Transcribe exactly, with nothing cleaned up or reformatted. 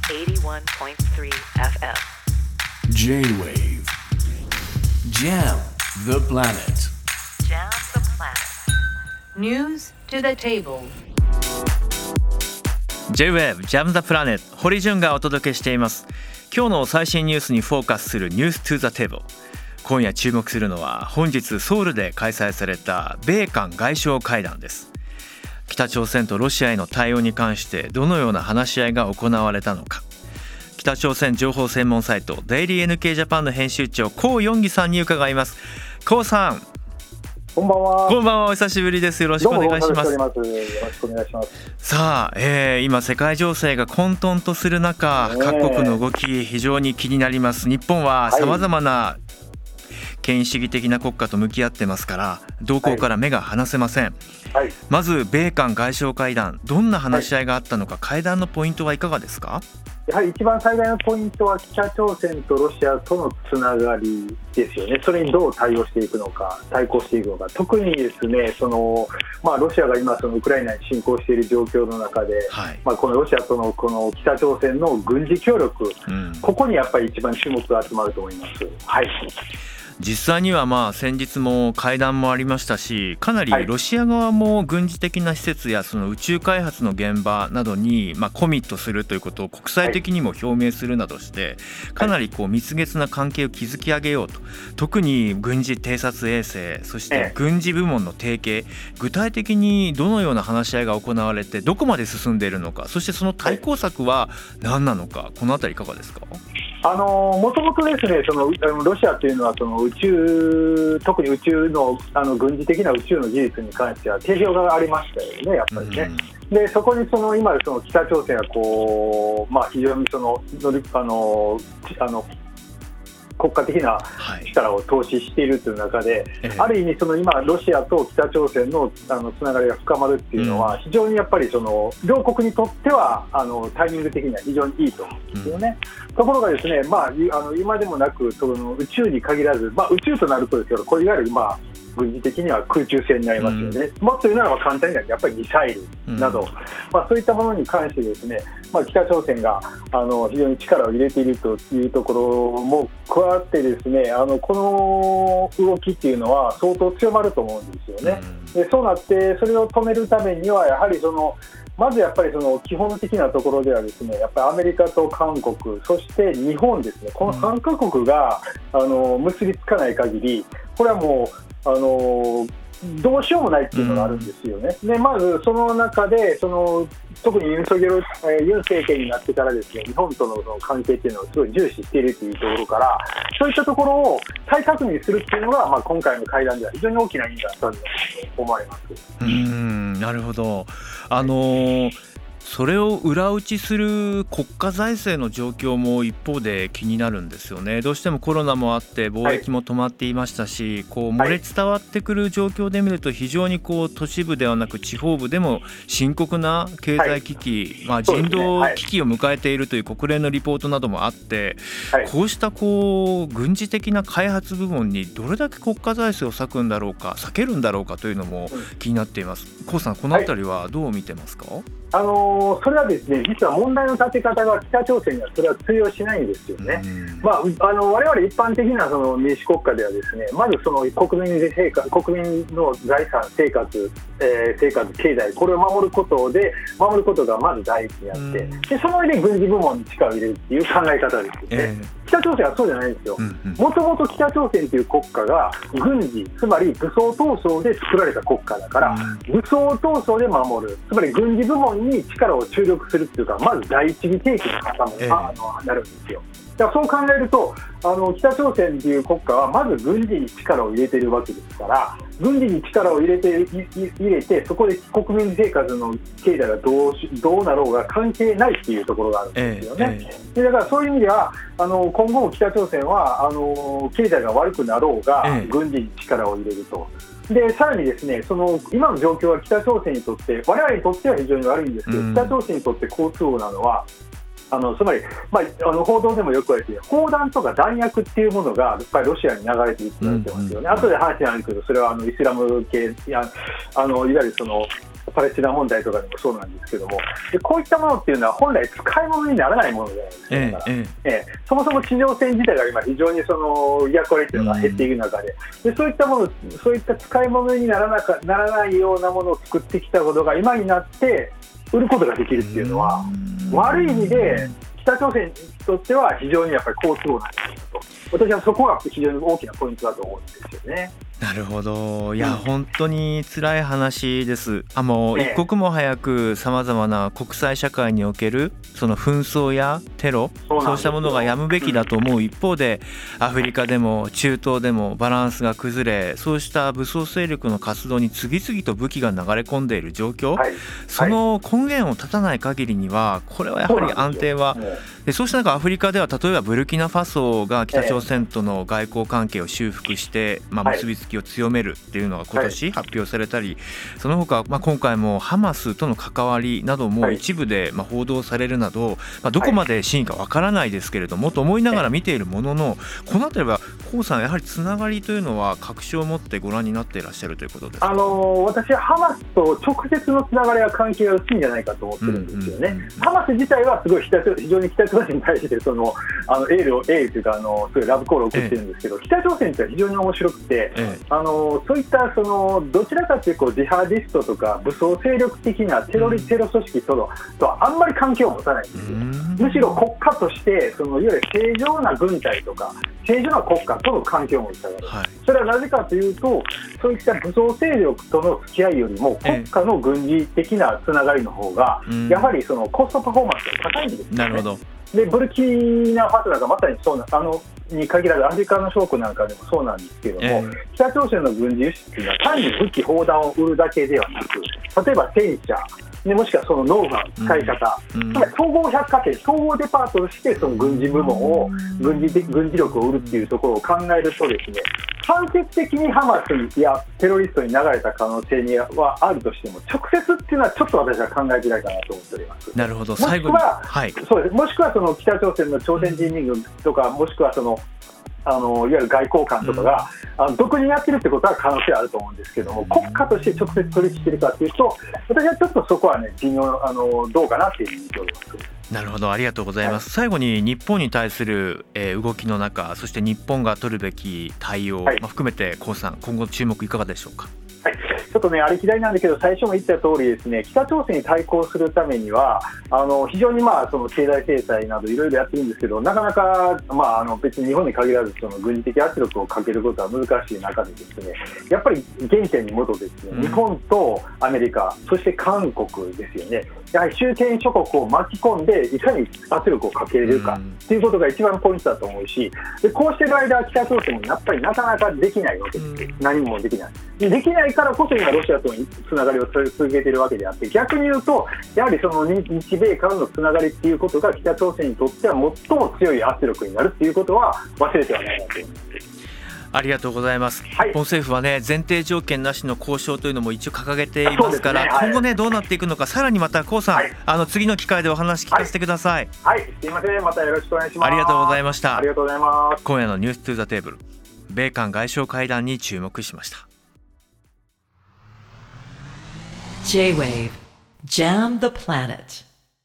はちじゅういってんさんエフエム J-Wave Jam the Planet Jam the Planet News to the Table J-Wave Jam the Planet 堀潤がお届けしています。今日の最新ニュースにフォーカスする News to the Table。 今夜注目するのは本日ソウルで開催された米韓外相会談です。北朝鮮とロシアへの対応に関してどのような話し合いが行われたのか、北朝鮮情報専門サイトデイリー エヌケー ジャパンの編集長コウ・ヨンギさんに伺います。コウさん、 こんばんは。 こんばんは。お久しぶりです。よろしくお願いします。 どうもお願いします。よろしくお願いします。 さあ、えー、今世界情勢が混沌とする中、 ね、 各国の動き非常に気になります。日本はさまざまな権威主義的な国家と向き合ってますから、動向から目が離せません、はい、まず米韓外相会談、どんな話し合いがあったのか、はい、会談のポイントはいかがですか？ やはり一番最大のポイントは北朝鮮とロシアとのつながりですよね。それにどう対応していくのか、対抗していくのか。特にですね、その、まあ、ロシアが今そのウクライナに侵攻している状況の中で、はい、まあ、このロシアとのこの北朝鮮の軍事協力、うん、ここにやっぱり一番注目が集まると思います。はい。 実際にはまあ先日も会談もありましたし、かなりロシア側も軍事的な施設やその宇宙開発の現場などにまあコミットするということを国際的にも表明するなどして、かなりこう蜜月な関係を築き上げようと。特に軍事偵察衛星、そして軍事部門の提携、具体的にどのような話し合いが行われてどこまで進んでいるのか、そしてその対抗策は何なのか、このあたりいかがですか？ あのもともとですね、そのロシアというのはその宇宙、特に宇宙の、あの軍事的な宇宙の技術に関しては定評がありましたよね、やっぱりね、うん、でそこにその今その北朝鮮がこう、まあ、非常にそのあのあの国家的な力を投資しているという中で、はい、ある意味その今ロシアと北朝鮮のあのつながりが深まるっていうのは、非常にやっぱりその両国にとってはあのタイミング的には非常にいいと思うんですよね、うん、ところがですね、まあ、あの今でもなくその宇宙に限らず、まあ、宇宙となるとですけど、これいわゆるまあ軍事的には空中戦になりますよね、うん、もっと言うならば簡単にはやっぱりミサイルなど、うん、まあ、そういったものに関してですね、まあ、北朝鮮があの非常に力を入れているというところも加わってですね、あのこの動きっていうのは相当強まると思うんですよね、うん、でそうなってそれを止めるためにはやはりそのまずやっぱりその基本的なところではですね、やっぱりアメリカと韓国、そして日本ですね、このさんカ国があの結びつかない限り、これはもうあのどうしようもないっていうのがあるんですよね、うん、でまずその中でその特にユン・ソギョル、えー、ユン政権になってからですね、日本と の, その関係っていうのをすごい重視しているというところから、そういったところを再確認するっていうのが、まあ、今回の会談では非常に大きな意味があったんだと思われます。 うーん、なるほど。あのーそれを裏打ちする国家財政の状況も一方で気になるんですよね。どうしてもコロナもあって貿易も止まっていましたし、はい、こう漏れ伝わってくる状況で見ると非常にこう都市部ではなく地方部でも深刻な経済危機、はい、まあ、人道危機を迎えているという国連のリポートなどもあって、はい、こうしたこう軍事的な開発部門にどれだけ国家財政を割くんだろうか、割けるんだろうかというのも気になっています。コウさん、このあたりはどう見てますか？はい、 あのー、それはですね、実は問題の立て方が北朝鮮にはそれは通用しないんですよね。まあ、あの我々一般的なその民主国家ではですね、まずその国民生活、国民の財産、生活、えー、生活、経済、これを守ることで守ることがまず第一にあって、でその上で軍事部門に力を入れるっていう考え方ですよね。えー北朝鮮はそうじゃないんですよ。もともと北朝鮮という国家が軍事、つまり武装闘争で作られた国家だから、うん、武装闘争で守る、つまり軍事部門に力を注力するっていうか、まず第一義提起の方も、えー、あのなるんですよ。だからそう考えると、あの北朝鮮という国家はまず軍事に力を入れているわけですから、軍事に力を入れて、入れてそこで国民生活の経済がどうし、どうなろうが関係ないっていうところがあるんですよね、えーえー、でだからそういう意味ではあの今後も北朝鮮はあの経済が悪くなろうが、えー、軍事に力を入れると。でさらにですね、その今の状況は北朝鮮にとって、我々にとっては非常に悪いんですけど、うん、北朝鮮にとって好都合なのは、 あのつまり、まあ、あの報道でもよく言われている砲弾とか弾薬っていうものがやっぱりロシアに流れていると言われてますよね、うんうん、後で話になるけど、それはあのイスラム系いやあのいわゆるそのパレスチナ問題とかでもそうなんですけども、でこういったものっていうのは本来使い物にならないものじゃないですか。ええだからええ、そもそも地上戦自体が今非常にその役割というのが減っている中で、でそういったものそういった使い物にならなかならないようなものを作ってきたことが今になって売ることができるっていうのは、悪い意味で北朝鮮にとっては非常にやっぱり好都合なんじゃないかと、私はそこが非常に大きなポイントだと思うんですよね。 なるほど。いや、うん、本当に辛い話です。あもう一刻も早くさまざまな国際社会におけるその紛争やテロ、そうしたものがやむべきだと思う一方で、うん、アフリカでも中東でもバランスが崩れ、そうした武装勢力の活動に次々と武器が流れ込んでいる状況、はい、その根源を断たない限りにはこれはやはり安定は、でそうした中アフリカでは例えばブルキナファソが北朝鮮との外交関係を修復して、まあ、結びつきを強めるっていうのが今年発表されたり、その他、まあ、今回もハマスとの関わりなども一部でまあ報道されるなど、まあ、どこまで真意かわからないですけれどもと思いながら見ているものの、このあたりはコウさんやはりつながりというのは確証を持ってご覧になっていらっしゃるということですか。 あの私はハマスと直接のつながりは関係が薄いんじゃないかと思ってるんですよね、うんうんうん、ハマス自体はすごい非常に北朝鮮に対してそのあのエールをエールというかあのすごいラブコールを送ってるんですけど、ええ、北朝鮮って非常に面白くて、ええ、あのそういったそのどちらかというとジハディストとか武装勢力的なテロリテロ組織とのとはあんまり関係を持たないんですよ。むしろ国家としてそのいわゆる正常な軍隊とか正常な国家との関係を持ちたがる、はい、それはなぜかというとそういった武装勢力との付き合いよりも国家の軍事的なつながりの方がやはりそのコストパフォーマンスが高いんですよね。 なるほど。 でブルキナファソなんかまさにそうなあのに限らずアフリカの諸国なんかでもそうなんですけども、えー、北朝鮮の軍事輸出というのは単に武器砲弾を売るだけではなく、例えば戦車でもしくはそのノウハウ使い方、うん、つまり総合百貨店総合デパートとしてその軍事部門を軍事的軍事力を売るっていうところを考えるとですね、間接的にハマスやテロリストに流れた可能性にはあるとしても直接っていうのはちょっと私は考えづらいかなと思っております。 なるほど。 もしくは、はい、そうです。もしくはその北朝鮮の朝鮮人民軍とかもしくはそのあのいわゆる外交官とかが、うん、あの独自にやってるってことは可能性あると思うんですけども、国家として直接取引しているかというと私はちょっとそこはね微妙あのどうかなっていうふうに見ております。 なるほど、ありがとうございます、はい、最後に日本に対する、えー、動きの中、そして日本が取るべき対応、はい、まあ、含めてコウさん今後注目いかがでしょうか。 はい、ちょっとねありきたりなんだけど最初も言った通りですね、北朝鮮に対抗するためにはあの非常にまあその経済制裁などいろいろやってるんですけど、なかなか、まあ、あの別に日本に限らずその軍事的圧力をかけることは難しい中でですね、やっぱり原点に戻ってですね、うん、日本とアメリカそして韓国ですよね、やはり周辺諸国を巻き込んでいかに圧力をかけれるかということが一番ポイントだと思うし、でこうしている間北朝鮮もやっぱりなかなかできないわけです、うん、何もできないでできないからこそ今ロシアとのつながりを続けているわけであって、逆に言うとやはりその日米間のつながりっていうことが北朝鮮にとっては最も強い圧力になるっていうことは忘れてはないなと思います。 ありがとうございます、はい、日本政府はね前提条件なしの交渉というのも一応掲げていますから、ね、はい、今後ねどうなっていくのかさらにまたコウさん、はい、あの次の機会でお話聞かせてください。 はい、はい、すいません、またよろしくお願いします。 ありがとうございました。 ありがとうございます。 今夜のニューストゥザテーブル、米韓外相会談に注目しました。 J-Wave Jam the Planet